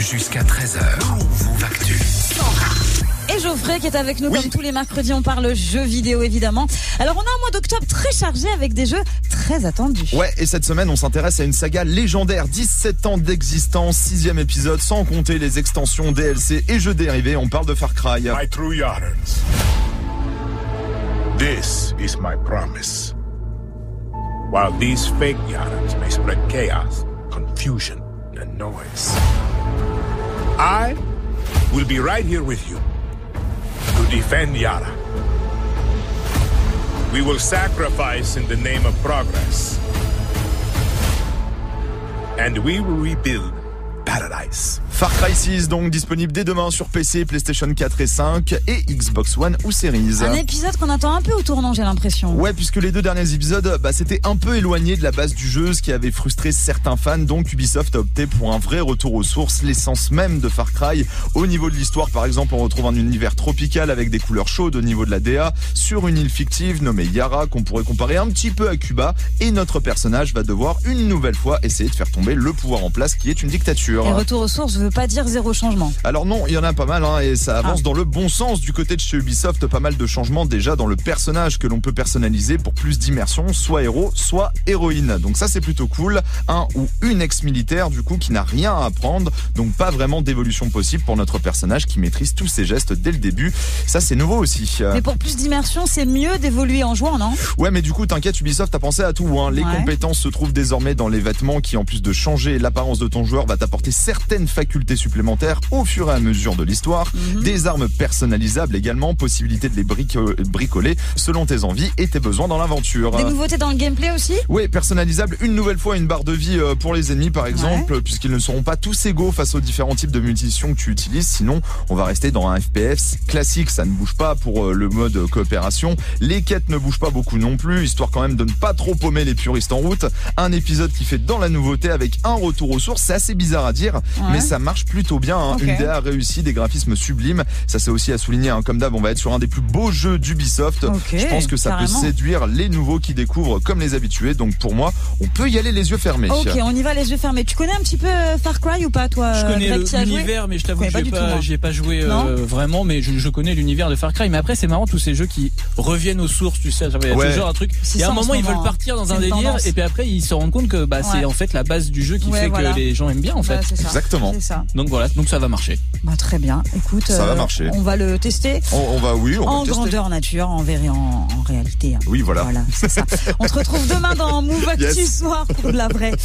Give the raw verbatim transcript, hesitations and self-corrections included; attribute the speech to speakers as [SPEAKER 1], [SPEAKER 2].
[SPEAKER 1] Jusqu'à treize heures, Move Actu.
[SPEAKER 2] Et Geoffrey qui est avec nous
[SPEAKER 3] Oui.
[SPEAKER 2] comme tous les mercredis, on parle jeux vidéo évidemment. Alors on a un mois d'octobre très chargé avec des jeux très attendus.
[SPEAKER 3] Ouais, et cette semaine, on s'intéresse à une saga légendaire, dix-sept ans d'existence, sixième épisode, sans compter les extensions, D L C et jeux dérivés. On parle de Far Cry.
[SPEAKER 4] My true Yarans. This is my promise. While these fake Yarans may spread chaos, confusion, and noise, I will be right here with you to defend Yara. We will sacrifice in the name of progress. And we will rebuild paradise.
[SPEAKER 3] Far Cry six, donc disponible dès demain sur P C, PlayStation quatre et cinq et Xbox One ou Series.
[SPEAKER 2] Un épisode qu'on attend un peu au tournant, j'ai l'impression.
[SPEAKER 3] Ouais, puisque les deux derniers épisodes, bah, c'était un peu éloigné de la base du jeu, ce qui avait frustré certains fans. Donc Ubisoft a opté pour un vrai retour aux sources, l'essence même de Far Cry. Au niveau de l'histoire, par exemple, on retrouve un univers tropical avec des couleurs chaudes au niveau de la D A, sur une île fictive nommée Yara, qu'on pourrait comparer un petit peu à Cuba. Et notre personnage va devoir une nouvelle fois essayer de faire tomber le pouvoir en place, qui est une dictature.
[SPEAKER 2] Et retour aux sources veut pas dire zéro changement.
[SPEAKER 3] Alors non, il y en a pas mal, hein, et ça avance
[SPEAKER 2] Ah.
[SPEAKER 3] dans le bon sens du côté de chez Ubisoft. Pas mal de changements déjà dans le personnage que l'on peut personnaliser pour plus d'immersion, soit héros, soit héroïne. Donc ça, c'est plutôt cool. Un ou une ex-militaire, du coup, qui n'a rien à apprendre. Donc pas vraiment d'évolution possible pour notre personnage qui maîtrise tous ses gestes dès le début. Ça, c'est nouveau aussi.
[SPEAKER 2] Mais pour plus d'immersion, c'est mieux d'évoluer en jouant, non?
[SPEAKER 3] Ouais, mais du coup, t'inquiète, Ubisoft a pensé à tout. Hein. Les
[SPEAKER 2] Ouais.
[SPEAKER 3] compétences se trouvent désormais dans les vêtements qui, en plus de changer l'apparence de ton joueur, va t'apporter certaines facultés supplémentaires au fur et à mesure de l'histoire.
[SPEAKER 2] Mhm.
[SPEAKER 3] Des armes personnalisables également, possibilité de les brico- bricoler selon tes envies et tes besoins dans l'aventure.
[SPEAKER 2] Des nouveautés dans le gameplay aussi?
[SPEAKER 3] Oui, personnalisable une nouvelle fois une barre de vie euh, pour les ennemis par exemple, puisqu'ils ne seront pas tous égaux face aux différents types de munitions que tu utilises. Sinon, on va rester dans un F P S classique, ça ne bouge pas pour euh, le mode coopération. Les quêtes ne bougent pas beaucoup non plus, histoire quand même de ne pas trop paumer les puristes en route. Un épisode qui fait dans la nouveauté avec un retour aux sources, c'est assez bizarre à dire,
[SPEAKER 2] Ouais.
[SPEAKER 3] mais ça marche plutôt bien. Hein.
[SPEAKER 2] Ok.
[SPEAKER 3] Une D A réussie, des graphismes sublimes, ça c'est aussi à souligner. Hein. Comme d'hab, on va être sur un des plus beaux jeux d'Ubisoft.
[SPEAKER 2] Ok,
[SPEAKER 3] Je pense que ça
[SPEAKER 2] carrément.
[SPEAKER 3] peut séduire les nouveaux qui découvrent comme les habitués. Donc pour moi, on peut y aller les yeux fermés.
[SPEAKER 2] Ok, on y va les yeux fermés. Tu connais un petit peu euh, Far Cry ou pas, toi?
[SPEAKER 5] Je connais
[SPEAKER 2] Greg,
[SPEAKER 5] le-
[SPEAKER 2] t'y as joué?
[SPEAKER 5] l'univers, mais je t'avoue
[SPEAKER 2] connais
[SPEAKER 5] que
[SPEAKER 2] pas
[SPEAKER 5] j'ai
[SPEAKER 2] du tout,
[SPEAKER 5] pas,
[SPEAKER 2] moi.
[SPEAKER 5] j'y ai pas joué euh,
[SPEAKER 2] Non
[SPEAKER 5] vraiment, mais je, je connais l'univers de Far Cry. Mais après, c'est marrant tous ces jeux qui reviennent aux sources, tu sais. Il y a
[SPEAKER 3] Ouais.
[SPEAKER 5] toujours un truc.
[SPEAKER 2] C'est
[SPEAKER 5] Il y a
[SPEAKER 2] ça
[SPEAKER 5] un
[SPEAKER 2] en
[SPEAKER 5] moment,
[SPEAKER 2] ce
[SPEAKER 5] ils
[SPEAKER 2] moment,
[SPEAKER 5] veulent
[SPEAKER 2] hein.
[SPEAKER 5] partir dans
[SPEAKER 2] C'est
[SPEAKER 5] un
[SPEAKER 2] une
[SPEAKER 5] délire,
[SPEAKER 2] tendance.
[SPEAKER 5] et puis après, ils se rendent compte que bah, c'est
[SPEAKER 2] Ouais.
[SPEAKER 5] en fait la base du jeu qui
[SPEAKER 2] Ouais,
[SPEAKER 5] fait
[SPEAKER 2] voilà.
[SPEAKER 5] que les gens aiment bien, en fait.
[SPEAKER 2] Bah, c'est ça.
[SPEAKER 3] Exactement.
[SPEAKER 2] C'est ça.
[SPEAKER 5] Donc voilà, donc ça va marcher.
[SPEAKER 2] Bah, très bien. Écoute,
[SPEAKER 3] Ça va marcher.
[SPEAKER 2] on va le tester
[SPEAKER 3] On, on va, oui, on va
[SPEAKER 2] en
[SPEAKER 3] le tester.
[SPEAKER 2] grandeur nature, en vrai, en, en réalité. hein.
[SPEAKER 3] Oui, voilà.
[SPEAKER 2] Voilà, c'est ça. On se retrouve demain dans Move Actu
[SPEAKER 3] Yes.
[SPEAKER 2] Soir pour de la vraie.